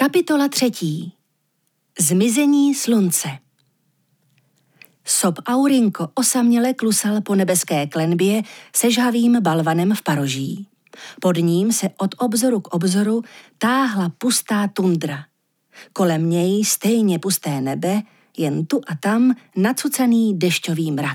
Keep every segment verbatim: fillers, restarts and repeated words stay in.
Kapitola třetí. Zmizení slunce. Sob Aurinko osaměle klusal po nebeské klenbě se žhavým balvanem v paroží. Pod ním se od obzoru k obzoru táhla pustá tundra. Kolem něj stejně pusté nebe, jen tu a tam nacucaný dešťový mrak.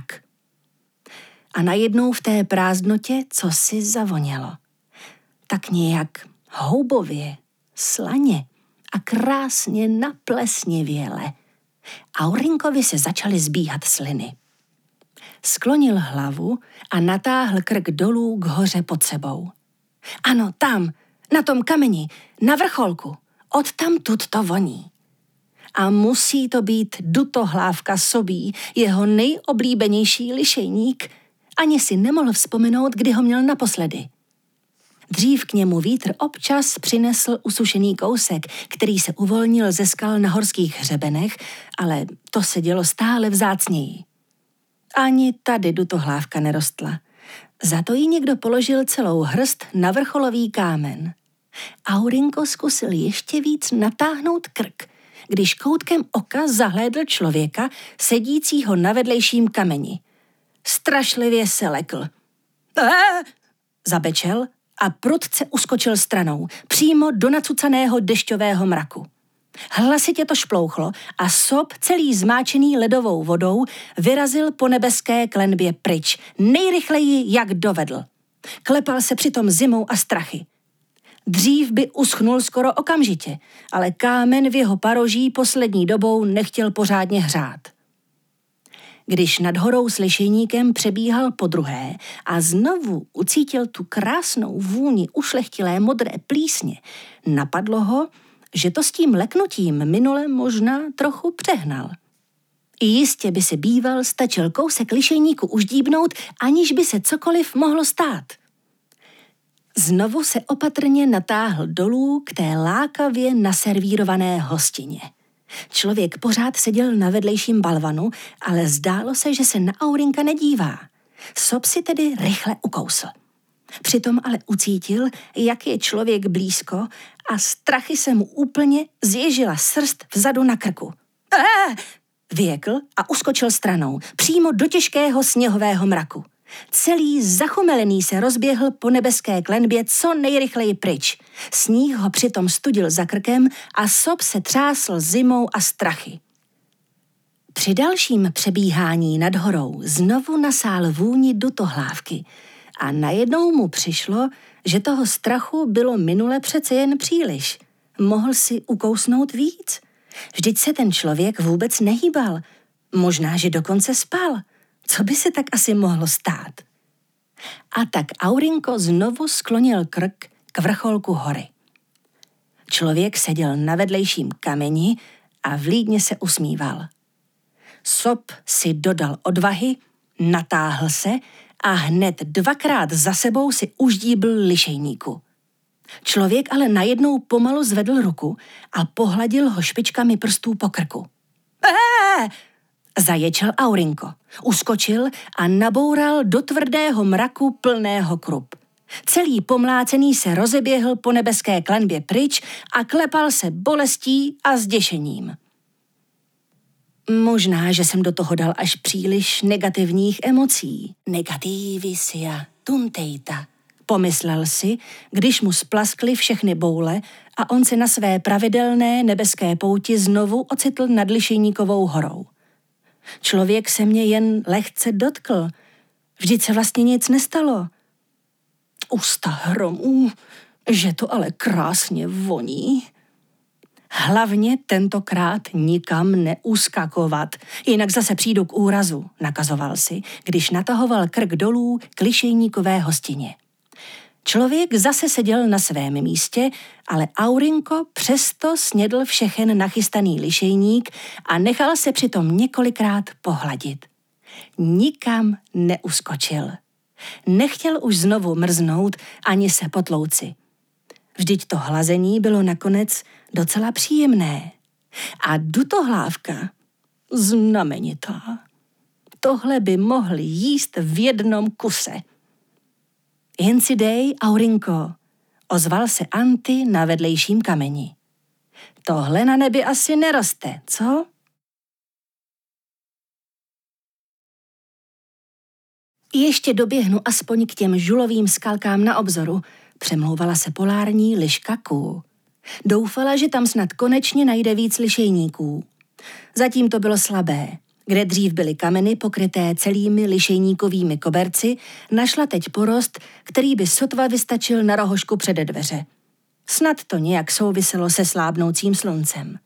A najednou v té prázdnotě cosi zavonělo. Tak nějak houbově, slaně a krásně naplesnivěle. Aurinkovi se začaly zbíhat sliny. Sklonil hlavu a natáhl krk dolů k hoře pod sebou. Ano, tam, na tom kameni, na vrcholku, odtamtud to voní. A musí to být dutohlávka Sobí, jeho nejoblíbenější lišejník. Ani si nemohl vzpomenout, kdy ho měl naposledy. Dřív k němu vítr občas přinesl usušený kousek, který se uvolnil ze skal na horských hřebenech, ale to se dělo stále vzácněji. Ani tady dutohlávka nerostla. Za to jí někdo položil celou hrst na vrcholový kámen. Aurinko zkusil ještě víc natáhnout krk, když koutkem oka zahlédl člověka sedícího na vedlejším kameni. Strašlivě se lekl. Eee! Zabečel a prudce uskočil stranou, přímo do nacucaného dešťového mraku. Hlasitě to šplouchlo a Sob, celý zmáčený ledovou vodou, vyrazil po nebeské klenbě pryč, nejrychleji, jak dovedl. Klepal se přitom zimou a strachy. Dřív by uschnul skoro okamžitě, ale kámen v jeho paroží poslední dobou nechtěl pořádně hřát. Když nad horou s lišejníkem přebíhal podruhé a znovu ucítil tu krásnou vůni ušlechtilé modré plísně, napadlo ho, že to s tím leknutím minule možná trochu přehnal. I jistě by se býval stačil kousek lišejníku uždíbnout, aniž by se cokoliv mohlo stát. Znovu se opatrně natáhl dolů k té lákavě naservírované hostině. Člověk pořád seděl na vedlejším balvanu, ale zdálo se, že se na Aurinka nedívá. Sob si tedy rychle ukousl. Přitom ale ucítil, jak je člověk blízko a strachy se mu úplně zježila srst vzadu na krku. Eee! Vyjekl a uskočil stranou, přímo do těžkého sněhového mraku. Celý zachumelený se rozběhl po nebeské klenbě co nejrychleji pryč. Sníh ho přitom studil za krkem a Sob se třásl zimou a strachy. Při dalším přebíhání nad horou znovu nasál vůni dutohlávky a najednou mu přišlo, že toho strachu bylo minule přece jen příliš. Mohl si ukousnout víc. Vždyť se ten člověk vůbec nehýbal. Možná, že dokonce spal. Co by se tak asi mohlo stát? A tak Aurinko znovu sklonil krk k vrcholku hory. Člověk seděl na vedlejším kameni a vlídně se usmíval. Sob si dodal odvahy, natáhl se a hned dvakrát za sebou si uždíbl lišejníku. Člověk ale najednou pomalu zvedl ruku a pohladil ho špičkami prstů po krku. Eee! Zaječel Aurinko, uskočil a naboural do tvrdého mraku plného krup. Celý pomlácený se rozeběhl po nebeské klenbě pryč a klepal se bolestí a zděšením. Možná, že jsem do toho dal až příliš negativních emocí. Negativisia tunteita, pomyslel si, když mu splaskly všechny boule a on se na své pravidelné nebeské pouti znovu ocitl nad Lišejníkovou horou. Člověk se mě jen lehce dotkl. Vždyť se vlastně nic nestalo. Usta hromů, že to ale krásně voní. Hlavně tentokrát nikam neuskakovat, jinak zase přijdu k úrazu, nakazoval si, když natahoval krk dolů k Lišejníkové hostině. Člověk zase seděl na svém místě, ale Aurinko přesto snědl všechen nachystaný lišejník a nechal se přitom několikrát pohladit. Nikam neuskočil. Nechtěl už znovu mrznout ani se potlouci. Vždyť to hlazení bylo nakonec docela příjemné. A dutohlávka znamenitá. Tohle by mohl jíst v jednom kuse. Jen si dej, Aurinko, ozval se Anty na vedlejším kameni. Tohle na nebi asi neroste, co? Ještě doběhnu aspoň k těm žulovým skalkám na obzoru, přemlouvala se polární liška Ků. Doufala, že tam snad konečně najde víc lišejníků. Zatím to bylo slabé. Kde dřív byly kameny pokryté celými lišejníkovými koberci, našla teď porost, který by sotva vystačil na rohošku před dveře. Snad to nějak souviselo se slábnoucím sluncem.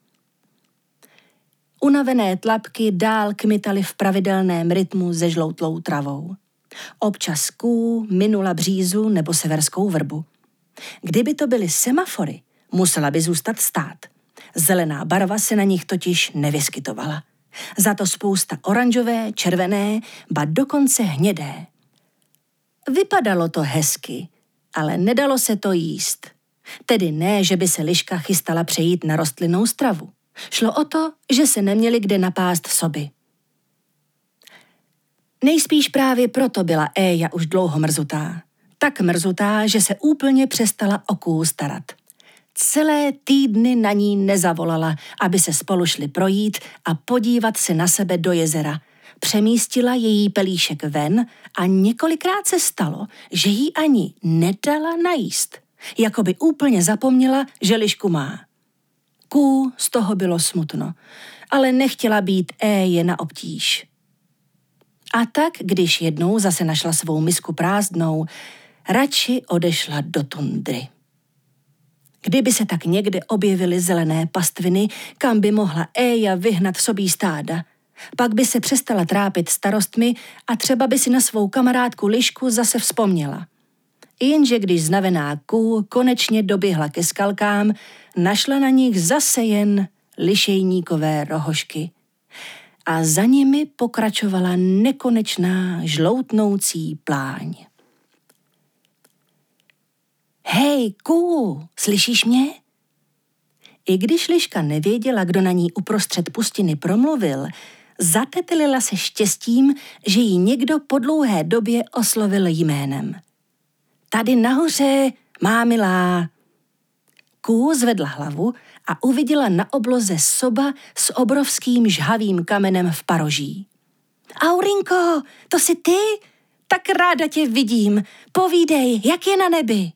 Unavené tlapky dál kmitaly v pravidelném rytmu se žloutlou travou. Občas Ků minula břízu nebo severskou vrbu. Kdyby to byly semafory, musela by zůstat stát. Zelená barva se na nich totiž nevyskytovala. Za to spousta oranžové, červené, ba dokonce hnědé. Vypadalo to hezky, ale nedalo se to jíst. Tedy ne, že by se liška chystala přejít na rostlinnou stravu. Šlo o to, že se neměli kde napást soby. Nejspíš právě proto byla Éja už dlouho mrzutá. Tak mrzutá, že se úplně přestala o Ků starat. Celé týdny na ní nezavolala, aby se spolu šli projít a podívat se na sebe do jezera. Přemístila její pelíšek ven a několikrát se stalo, že jí ani nedala najíst. Jakoby úplně zapomněla, že lišku má. Ků z toho bylo smutno, ale nechtěla být Éje na obtíž. A tak, když jednou zase našla svou misku prázdnou, radši odešla do tundry. Kdyby se tak někde objevily zelené pastviny, kam by mohla Éja vyhnat sobí stáda, pak by se přestala trápit starostmi a třeba by si na svou kamarádku lišku zase vzpomněla. Jenže když znavená Ků konečně doběhla ke skalkám, našla na nich zase jen lišejníkové rohošky. A za nimi pokračovala nekonečná žloutnoucí pláň. Hej, Ků, slyšíš mě? I když liška nevěděla, kdo na ní uprostřed pustiny promluvil, zatetelila se štěstím, že ji někdo po dlouhé době oslovil jménem. Tady nahoře, má milá. Ků zvedla hlavu a uviděla na obloze soba s obrovským žhavým kamenem v paroží. Aurinko, to jsi ty? Tak ráda tě vidím. Povídej, jak je na nebi?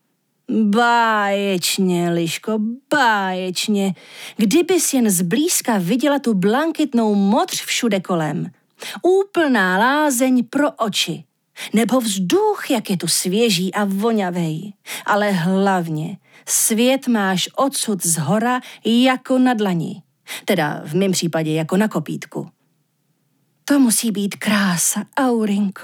Báječně, liško, báječně. Kdybys jen zblízka viděla tu blankitnou modř všude kolem. Úplná lázeň pro oči. Nebo vzduch, jak je tu svěží a vonavej. Ale hlavně, svět máš odsud zhora jako na dlani. Teda v mém případě jako na kopítku. To musí být krása, Aurinko.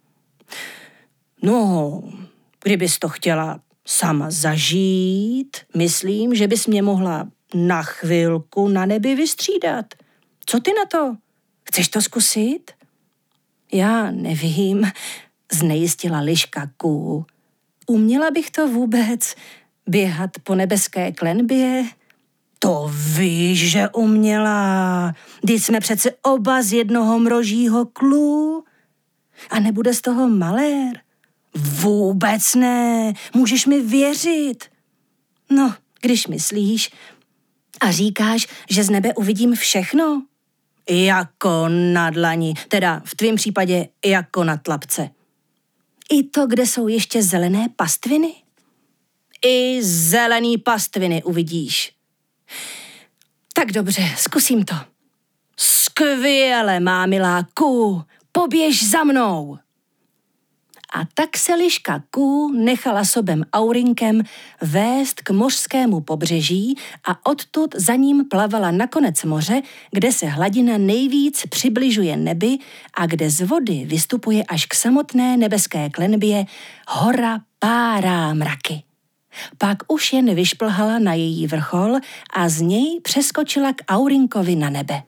No, kdybys to chtěla sama zažít, myslím, že bys mě mohla na chvilku na nebi vystřídat. Co ty na to? Chceš to zkusit? Já nevím, znejistila liška Ků. Uměla bych to vůbec běhat po nebeské klenbě? To víš, že uměla. Vždyť jsme přece oba z jednoho mrožího klu. A nebude z toho malér? Vůbec ne, můžeš mi věřit. No, když myslíš a říkáš, že z nebe uvidím všechno. Jako na dlani, teda v tvém případě jako na tlapce. I to, kde jsou ještě zelené pastviny? I zelený pastviny uvidíš. Tak dobře, zkusím to. Skvěle, má milá Ků, poběž za mnou. A tak se liška Ků nechala sobem Aurinkem vést k mořskému pobřeží a odtud za ním plavala na konec moře, kde se hladina nejvíc přibližuje nebi a kde z vody vystupuje až k samotné nebeské klenbě hora párá mraky. Pak už jen vyšplhala na její vrchol a z něj přeskočila k Aurinkovi na nebe.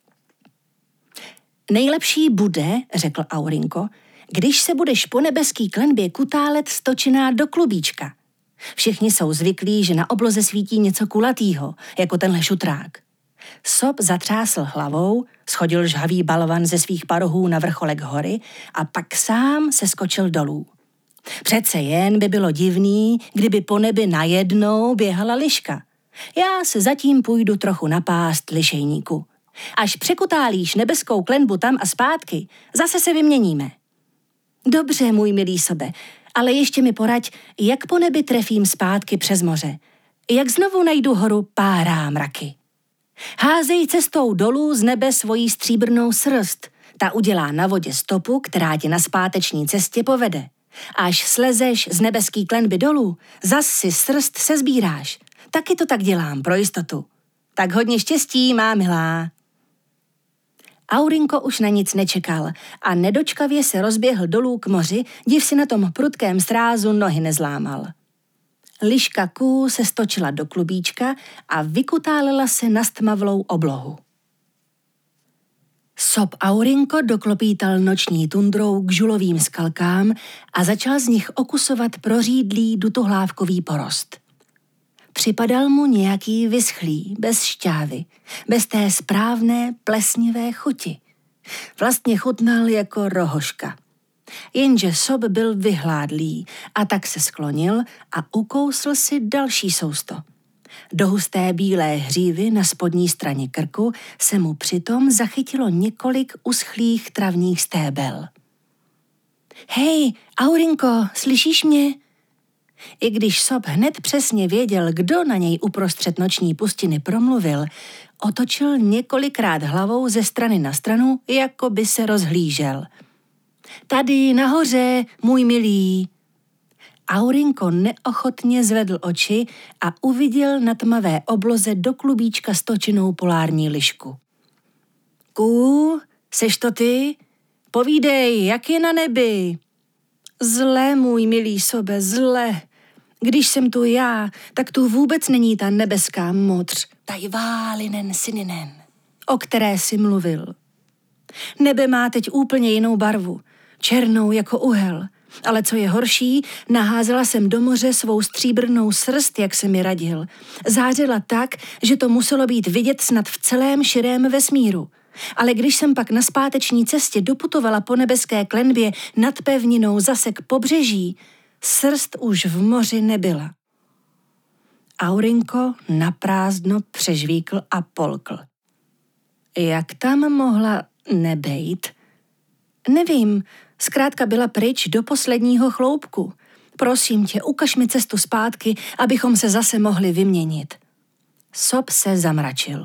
Nejlepší bude, řekl Aurinko, když se budeš po nebeský klenbě kutálet stočená do klubíčka. Všichni jsou zvyklí, že na obloze svítí něco kulatýho, jako tenhle šutrák. Sob zatřásl hlavou, schodil žhavý balvan ze svých parohů na vrcholek hory a pak sám se skočil dolů. Přece jen by bylo divný, kdyby po nebi najednou běhala liška. Já se zatím půjdu trochu napást, lišejníku. Až překutálíš nebeskou klenbu tam a zpátky, zase se vyměníme. Dobře, můj milý sobe, ale ještě mi poraď, jak po nebi trefím zpátky přes moře. Jak znovu najdu horu Párá mraky. Házej cestou dolů z nebe svojí stříbrnou srst. Ta udělá na vodě stopu, která tě na zpáteční cestě povede. Až slezeš z nebeský klenby dolů, zas si srst sezbíráš. Taky to tak dělám pro jistotu. Tak hodně štěstí, má milá. Aurinko už na nic nečekal a nedočkavě se rozběhl dolů k moři, div si na tom prudkém strázu nohy nezlámal. Liška Ků se stočila do klubíčka a vykutálila se na stmavlou oblohu. Sob Aurinko doklopítal noční tundrou k žulovým skalkám a začal z nich okusovat prořídlý dutohlávkový porost. Připadal mu nějaký vyschlý, bez šťávy, bez té správné plesnivé chuti. Vlastně chutnal jako rohoška. Jenže sob byl vyhládlý a tak se sklonil a ukousl si další sousto. Do husté bílé hřívy na spodní straně krku se mu přitom zachytilo několik uschlých travních stébel. Hej, Aurinko, slyšíš mě? I když sob hned přesně věděl, kdo na něj uprostřed noční pustiny promluvil, otočil několikrát hlavou ze strany na stranu, jako by se rozhlížel. Tady nahoře, můj milý. Aurinko neochotně zvedl oči a uviděl na tmavé obloze do klubíčka stočenou polární lišku. Ků, seš to ty? Povídej, jak je na nebi? Zle, můj milý sobe, zle. Když jsem tu já, tak tu vůbec není ta nebeská modř, ta jválinen syninen, o které jsi mluvil. Nebe má teď úplně jinou barvu, černou jako uhel, ale co je horší, naházela jsem do moře svou stříbrnou srst, jak se mi radil. Zářila tak, že to muselo být vidět snad v celém širém vesmíru. Ale když jsem pak na zpáteční cestě doputovala po nebeské klenbě nad pevninou zase k pobřeží, srst už v moři nebyla. Aurinko naprázdno přežvíkl a polkl. Jak tam mohla nebejt? Nevím, zkrátka byla pryč do posledního chloupku. Prosím tě, ukaž mi cestu zpátky, abychom se zase mohli vyměnit. Sob se zamračil.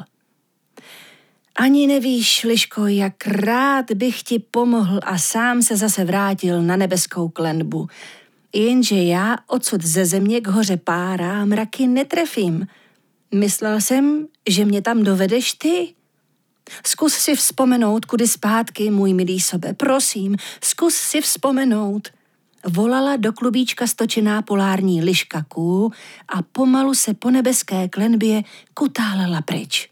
Ani nevíš, Liško, jak rád bych ti pomohl a sám se zase vrátil na nebeskou klenbu. Jenže já odsud ze země k hoře Párá mraky netrefím. Myslel jsem, že mě tam dovedeš ty. Zkus si vzpomenout, kudy zpátky, můj milý sobe, prosím, zkus si vzpomenout. Volala do klubíčka stočená polární liška Ků a pomalu se po nebeské klenbě kutálela pryč.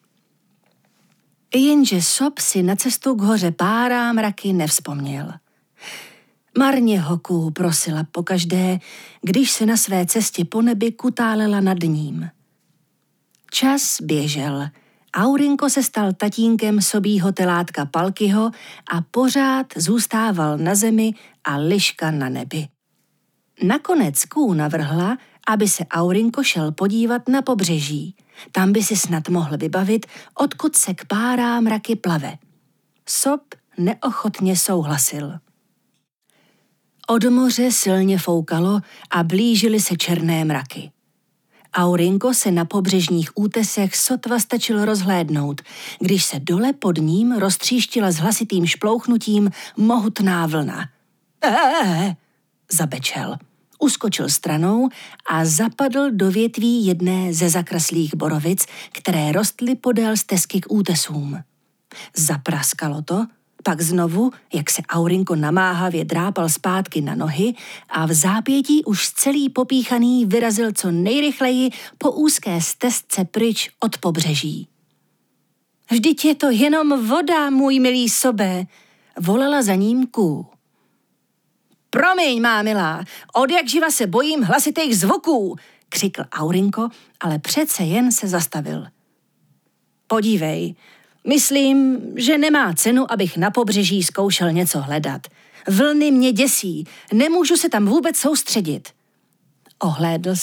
Jenže sob si na cestu k hoře Párá mraky nevzpomněl. Marně ho Ků prosila pokaždé, když se na své cestě po nebi kutálela nad ním. Čas běžel. Aurinko se stal tatínkem sobího telátka Palkyho a pořád zůstával na zemi a liška na nebi. Nakonec Ků navrhla, aby se Aurinko šel podívat na pobřeží. Tam by si snad mohl vybavit, odkud se k Párá mraky plave. Sob neochotně souhlasil. Od moře silně foukalo a blížily se černé mraky. Aurinko se na pobřežních útesech sotva stačil rozhlédnout, když se dole pod ním roztříštila s hlasitým šplouchnutím mohutná vlna. Eee, zabečel. Uskočil stranou a zapadl do větví jedné ze zakraslých borovic, které rostly podél stezky k útesům. Zapraskalo to, pak znovu, jak se Aurinko namáhavě drápal zpátky na nohy a v zápětí už celý popíchaný vyrazil co nejrychleji po úzké stezce pryč od pobřeží. Vždyť je to jenom voda, můj milý sobe, volala za ním Ků. Promiň, má milá, odjakživa se bojím hlasitých zvuků, křikl Aurinko, ale přece jen se zastavil. Podívej, myslím, že nemá cenu, abych na pobřeží zkoušel něco hledat. Vlny mě děsí, nemůžu se tam vůbec soustředit. Ohlédl se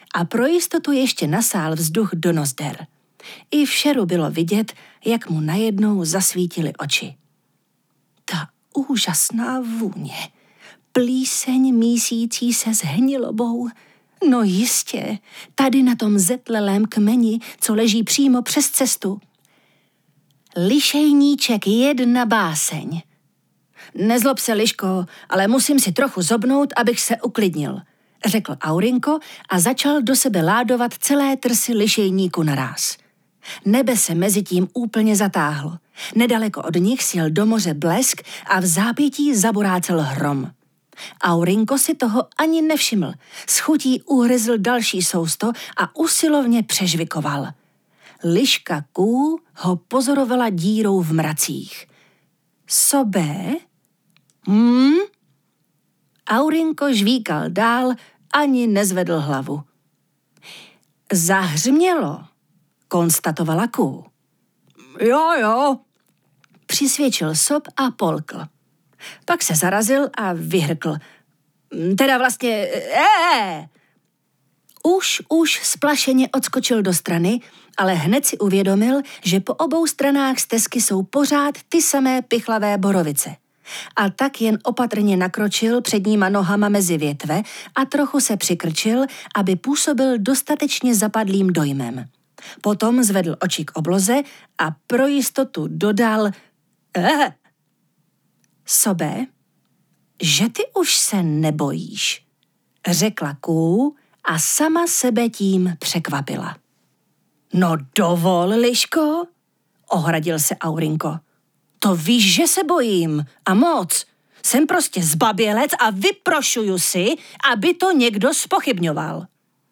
a pro jistotu ještě nasál vzduch do nozder. I v šeru bylo vidět, jak mu najednou zasvítily oči. Ta úžasná vůně, plíseň mísící se s hnilobou. No jistě, tady na tom zetlelém kmeni, co leží přímo přes cestu. Lišejníček jedna báseň. Nezlob se, Liško, ale musím si trochu zobnout, abych se uklidnil, řekl Aurinko a začal do sebe ládovat celé trsy lišejníku naráz. Nebe se mezitím úplně zatáhlo. Nedaleko od nich sjel do moře blesk a v zápětí zaborácel hrom. Aurinko si toho ani nevšiml. S chutí uhryzl další sousto a usilovně přežvikoval. Liška Ků ho pozorovala dírou v mracích. Sobé? Hm? Aurinko žvíkal dál, ani nezvedl hlavu. Zahřmělo, konstatovala Ků. Jo, jo, přisvědčil Sob a polkl. Pak se zarazil a vyhrkl. Teda vlastně, ee! Už, už splašeně odskočil do strany, ale hned si uvědomil, že po obou stranách stezky jsou pořád ty samé pichlavé borovice. A tak jen opatrně nakročil předníma nohama mezi větve a trochu se přikrčil, aby působil dostatečně zapadlým dojmem. Potom zvedl oči k obloze a pro jistotu dodal eh. Sobé, že ty už se nebojíš, řekla Ků a sama sebe tím překvapila. No dovol, Liško, ohradil se Aurinko. To víš, že se bojím a moc. Jsem prostě zbabělec a vyprošuju si, aby to někdo zpochybňoval.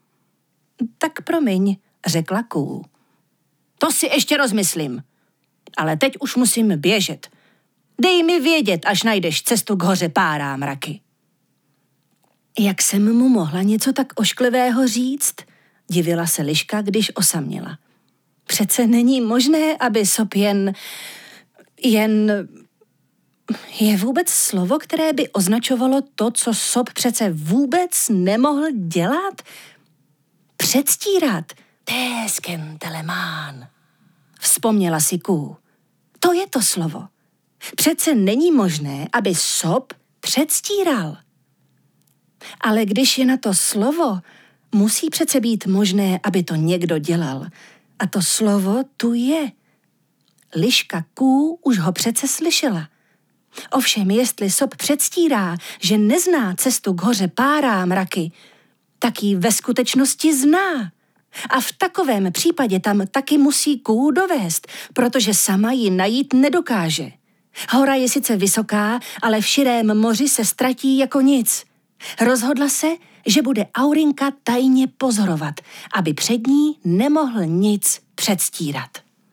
Tak promiň, řekla Ků. To si ještě rozmyslím, ale teď už musím běžet. Dej mi vědět, až najdeš cestu k hoře Párá mraky. Jak jsem mu mohla něco tak ošklivého říct? Divila se Liška, když osaměla. Přece není možné, aby Sob jen... jen... Je vůbec slovo, které by označovalo to, co Sob přece vůbec nemohl dělat? Předstírat. Tésken telemán. Vzpomněla si Ků. To je to slovo. Přece není možné, aby Sob předstíral. Ale když je na to slovo, musí přece být možné, aby to někdo dělal. A to slovo tu je. Liška Ků už ho přece slyšela. Ovšem, jestli Sob předstírá, že nezná cestu k hoře Párá mraky, tak ji ve skutečnosti zná. A v takovém případě tam taky musí Ků dovést, protože sama ji najít nedokáže. Hora je sice vysoká, ale v širém moři se ztratí jako nic. Rozhodla se, že bude Aurinka tajně pozorovat, aby před ní nemohl nic předstírat.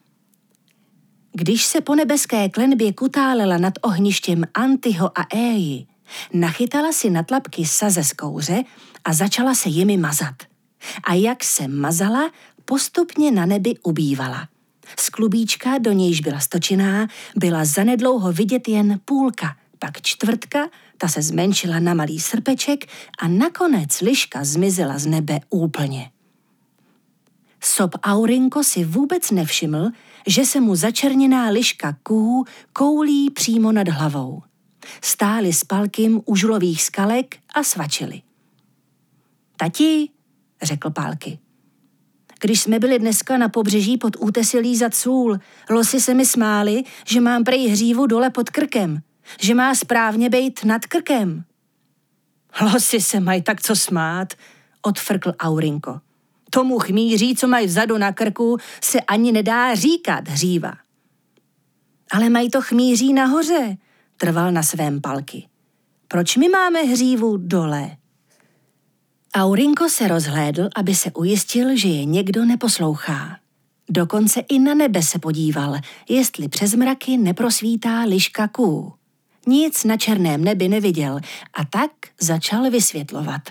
Když se po nebeské klenbě kutálela nad ohništěm Antiho a Éji, nachytala si na tlapky saze z kouře a začala se jimi mazat. A jak se mazala, postupně na nebi ubývala. Z klubíčka, do nějž byla stočená, byla zanedlouho vidět jen půlka, pak čtvrtka, ta se zmenšila na malý srpeček a nakonec Liška zmizela z nebe úplně. Sob Aurinko si vůbec nevšiml, že se mu začerněná Liška Ků koulí přímo nad hlavou. Stáli s Palkym u žulových skalek a svačili. Tati, řekl Pálky. Když jsme byli dneska na pobřeží pod útesy lízat sůl, losy se mi smáli, že mám prej hřívu dole pod krkem, že má správně bejt nad krkem. Losy se mají tak co smát, odfrkl Aurinko. Tomu chmíří, co mají vzadu na krku, se ani nedá říkat hříva. Ale mají to chmíří nahoře, trval na svém Palky. Proč my máme hřívu dole? Aurinko se rozhlédl, aby se ujistil, že je někdo neposlouchá. Dokonce i na nebe se podíval, jestli přes mraky neprosvítá Liška Ků. Nic na černém nebi neviděl a tak začal vysvětlovat.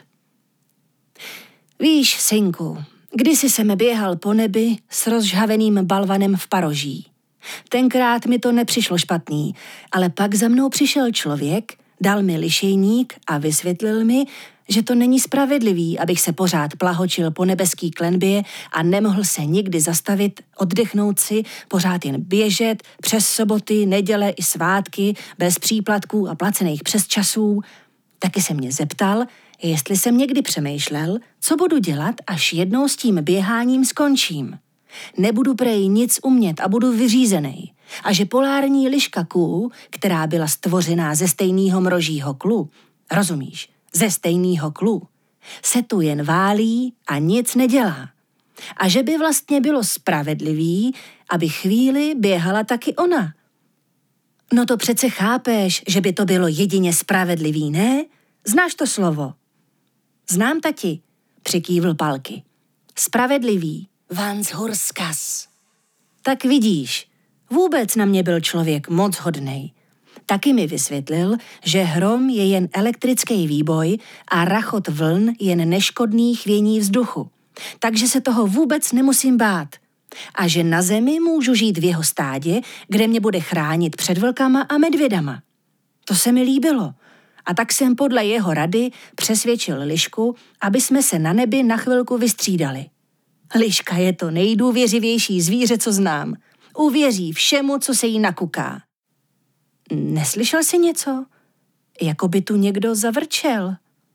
Víš, synku, kdysi jsem běhal po nebi s rozžhaveným balvanem v paroží. Tenkrát mi to nepřišlo špatný, ale pak za mnou přišel člověk, dal mi lišejník a vysvětlil mi, že to není spravedlivý, abych se pořád plahočil po nebeský klenbě a nemohl se nikdy zastavit, oddechnout si, pořád jen běžet přes soboty, neděle i svátky, bez příplatků a placených přesčasů. Taky se mě zeptal, jestli jsem někdy přemýšlel, co budu dělat, až jednou s tím běháním skončím. Nebudu prej nic umět a budu vyřízený. A že polární liška ků, která byla stvořená ze stejného mrožího klu, rozumíš, ze stejného klu, se tu jen válí a nic nedělá. A že by vlastně bylo spravedlivý, aby chvíli běhala taky ona. No to přece chápeš, že by to bylo jedině spravedlivý, ne? Znáš to slovo? Znám, tati, přikývl Palky. Spravedlivý. Vans hurskas. Tak vidíš, vůbec na mě byl člověk moc hodnej. Taky mi vysvětlil, že hrom je jen elektrický výboj a rachot vln jen neškodný chvění vzduchu. Takže se toho vůbec nemusím bát. A že na zemi můžu žít v jeho stádě, kde mě bude chránit před vlkama a medvědama. To se mi líbilo. A tak jsem podle jeho rady přesvědčil Lišku, aby jsme se na nebi na chvilku vystřídali. Liška je to nejdůvěřivější zvíře, co znám. Uvěří všemu, co se jí nakuká. Neslyšel jsi něco? Jako by tu někdo zavrčel.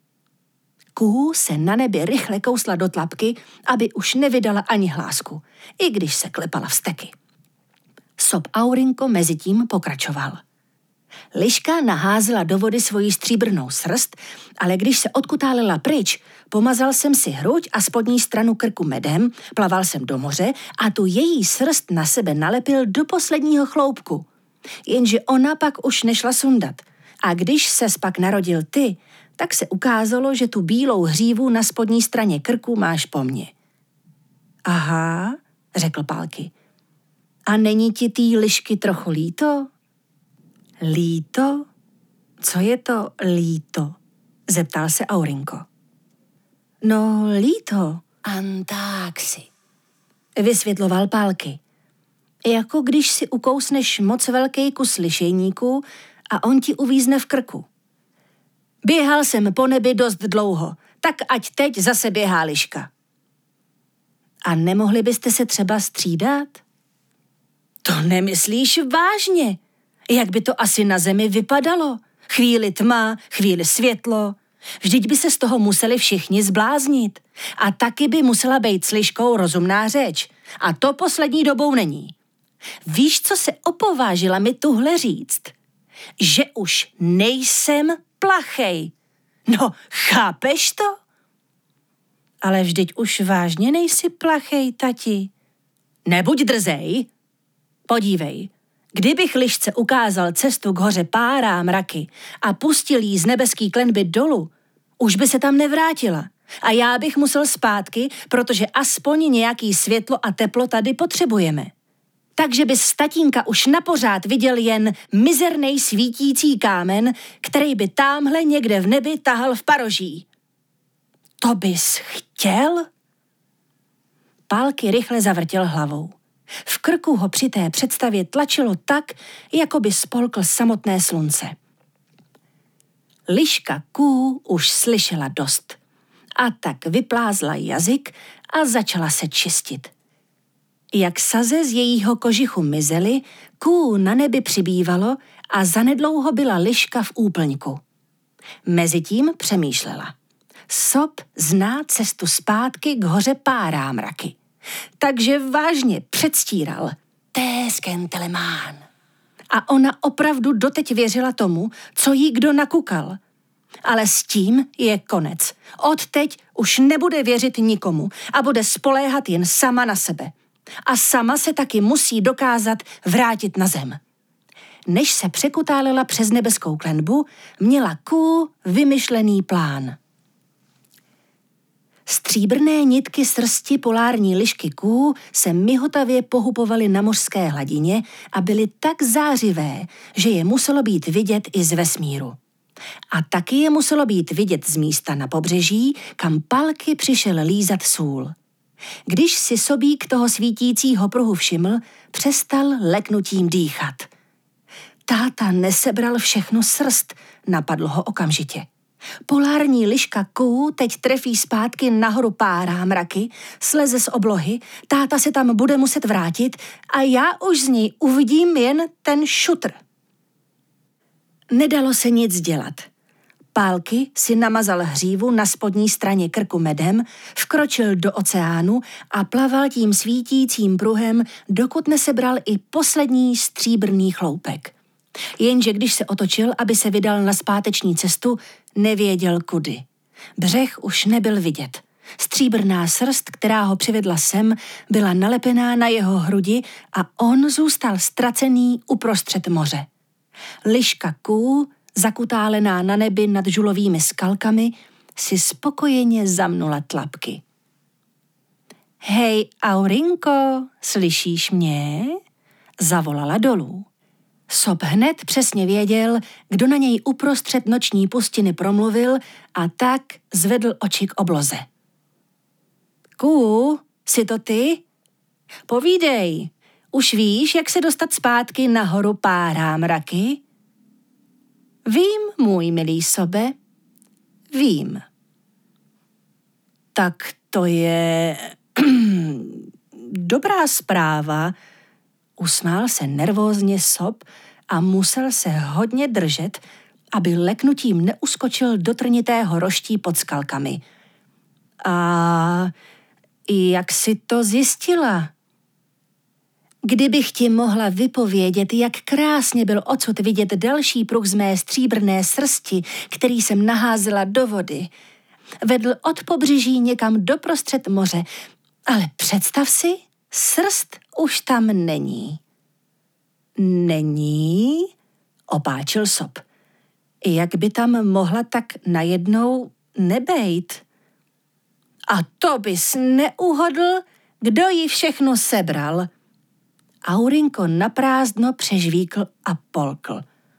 Kuhu se na nebi rychle kousla do tlapky, aby už nevydala ani hlásku, i když se klepala vzteky. Sob Aurinko mezitím pokračoval. Liška naházela do vody svoji stříbrnou srst, ale když se odkutálela pryč, pomazal jsem si hruď a spodní stranu krku medem, plaval jsem do moře a tu její srst na sebe nalepil do posledního chloupku. Jenže ona pak už nešla sundat. A když ses pak narodil ty, tak se ukázalo, že tu bílou hřívu na spodní straně krku máš po mně. Aha, řekl Palky. A není ti tý lišky trochu líto? Líto? Co je to líto? Zeptal se Aurinko. No, líto. Antáksi, vysvětloval Palky. Jako když si ukousneš moc velký kus lišejníku a on ti uvízne v krku. Běhal jsem po nebi dost dlouho, tak ať teď zase běhá liška. A nemohli byste se třeba střídat? To nemyslíš vážně? Jak by to asi na zemi vypadalo? Chvíli tma, chvíli světlo. Vždyť by se z toho museli všichni zbláznit. A taky by musela být s liškou rozumná řeč. A to poslední dobou není. Víš, co se opovážila mi tuhle říct? Že už nejsem plachej. No, chápeš to? Ale vždyť už vážně nejsi plachej, tati. Nebuď drzej. Podívej, kdybych lišce ukázal cestu k hoře Párá mraky a pustil jí z nebeský klenby dolů, už by se tam nevrátila. A já bych musel zpátky, protože aspoň nějaký světlo a teplo tady potřebujeme. Takže bys z tatínka už napořád viděl jen mizernej svítící kámen, který by támhle někde v nebi tahal v paroží. To bys chtěl? Palky rychle zavrtěl hlavou. V krku ho při té představě tlačilo tak, jako by spolkl samotné slunce. Liška ků už slyšela dost. A tak vyplázla jazyk a začala se čistit. Jak saze z jejího kožichu mizely, ků na nebi přibývalo a zanedlouho byla liška v úplňku. Mezitím přemýšlela. Sob zná cestu zpátky k hoře Párá mraky. Takže vážně předstíral. Tésken telemán. A ona opravdu doteď věřila tomu, co jí kdo nakukal. Ale s tím je konec. Odteď už nebude věřit nikomu a bude spoléhat jen sama na sebe. A sama se taky musí dokázat vrátit na zem. Než se překutálela přes nebeskou klenbu, měla ků vymyšlený plán. Stříbrné nitky srsti polární lišky ků se mihotavě pohupovaly na mořské hladině a byly tak zářivé, že je muselo být vidět i z vesmíru. A taky je muselo být vidět z místa na pobřeží, kam Palky přišel lízat sůl. Když si sobík toho svítícího pruhu všiml, přestal leknutím dýchat. Táta nesebral všechnu srst, napadlo ho okamžitě. Polární liška Ků teď trefí zpátky nahoru párá mraky, sleze z oblohy, táta se tam bude muset vrátit a já už z něj uvidím jen ten šutr. Nedalo se nic dělat. Pálky si namazal hřívu na spodní straně krku medem, vkročil do oceánu a plaval tím svítícím pruhem, dokud nesebral i poslední stříbrný chloupek. Jenže když se otočil, aby se vydal na zpáteční cestu, nevěděl kudy. Břeh už nebyl vidět. Stříbrná srst, která ho přivedla sem, byla nalepená na jeho hrudi a on zůstal ztracený uprostřed moře. Liška Ků, zakutálená na nebi nad žulovými skalkami, si spokojeně zamnula tlapky. Hej, Aurinko, slyšíš mě? Zavolala dolů. Sob hned přesně věděl, kdo na něj uprostřed noční pustiny promluvil a tak zvedl oči k obloze. Ků, jsi to ty? Povídej, už víš, jak se dostat zpátky nahoru párá mraky? Vím, můj milý sobe, vím. Tak to je dobrá zpráva, usmál se nervózně sob a musel se hodně držet, aby leknutím neuskočil do trnitého roští pod skalkami. A jak jsi to zjistila? Kdybych ti mohla vypovědět, jak krásně byl odsud vidět delší pruh z mé stříbrné srsti, který jsem naházela do vody. Vedl od pobřeží někam doprostřed moře, ale představ si, srst už tam není. Není? Opáčil sob. Jak by tam mohla tak najednou nebejt? A to bys neuhodl, kdo ji všechno sebral. Aurinko naprázdno přežvíkl a polkl.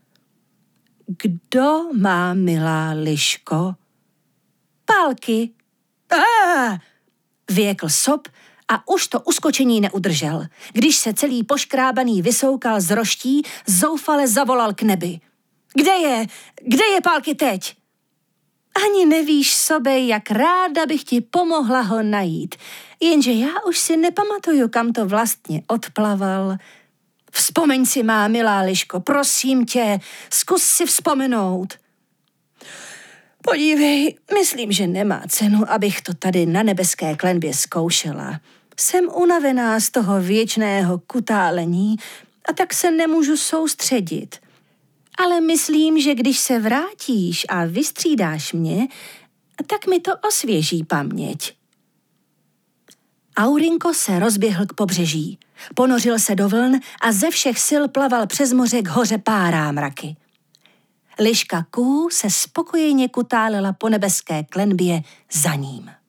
Kdo má, milá liško? Pálky. Ah! Vyjekl sob a už to uskočení neudržel. Když se celý poškrábaný vysoukal z roští, zoufale zavolal k nebi. Kde je? Kde je Pálky teď? Ani nevíš, sobe, jak ráda bych ti pomohla ho najít. Jenže já už si nepamatuju, kam to vlastně odplaval. Vzpomeň si, má milá liško, prosím tě, zkus si vzpomenout. Podívej, myslím, že nemá cenu, abych to tady na nebeské klenbě zkoušela. Jsem unavená z toho věčného kutálení a tak se nemůžu soustředit. Ale myslím, že když se vrátíš a vystřídáš mě, tak mi to osvěží paměť. Aurinko se rozběhl k pobřeží. Ponořil se do vln a ze všech sil plaval přes moře k hoře párá mraky. Liška Ků se spokojeně kutálela po nebeské klenbě za ním.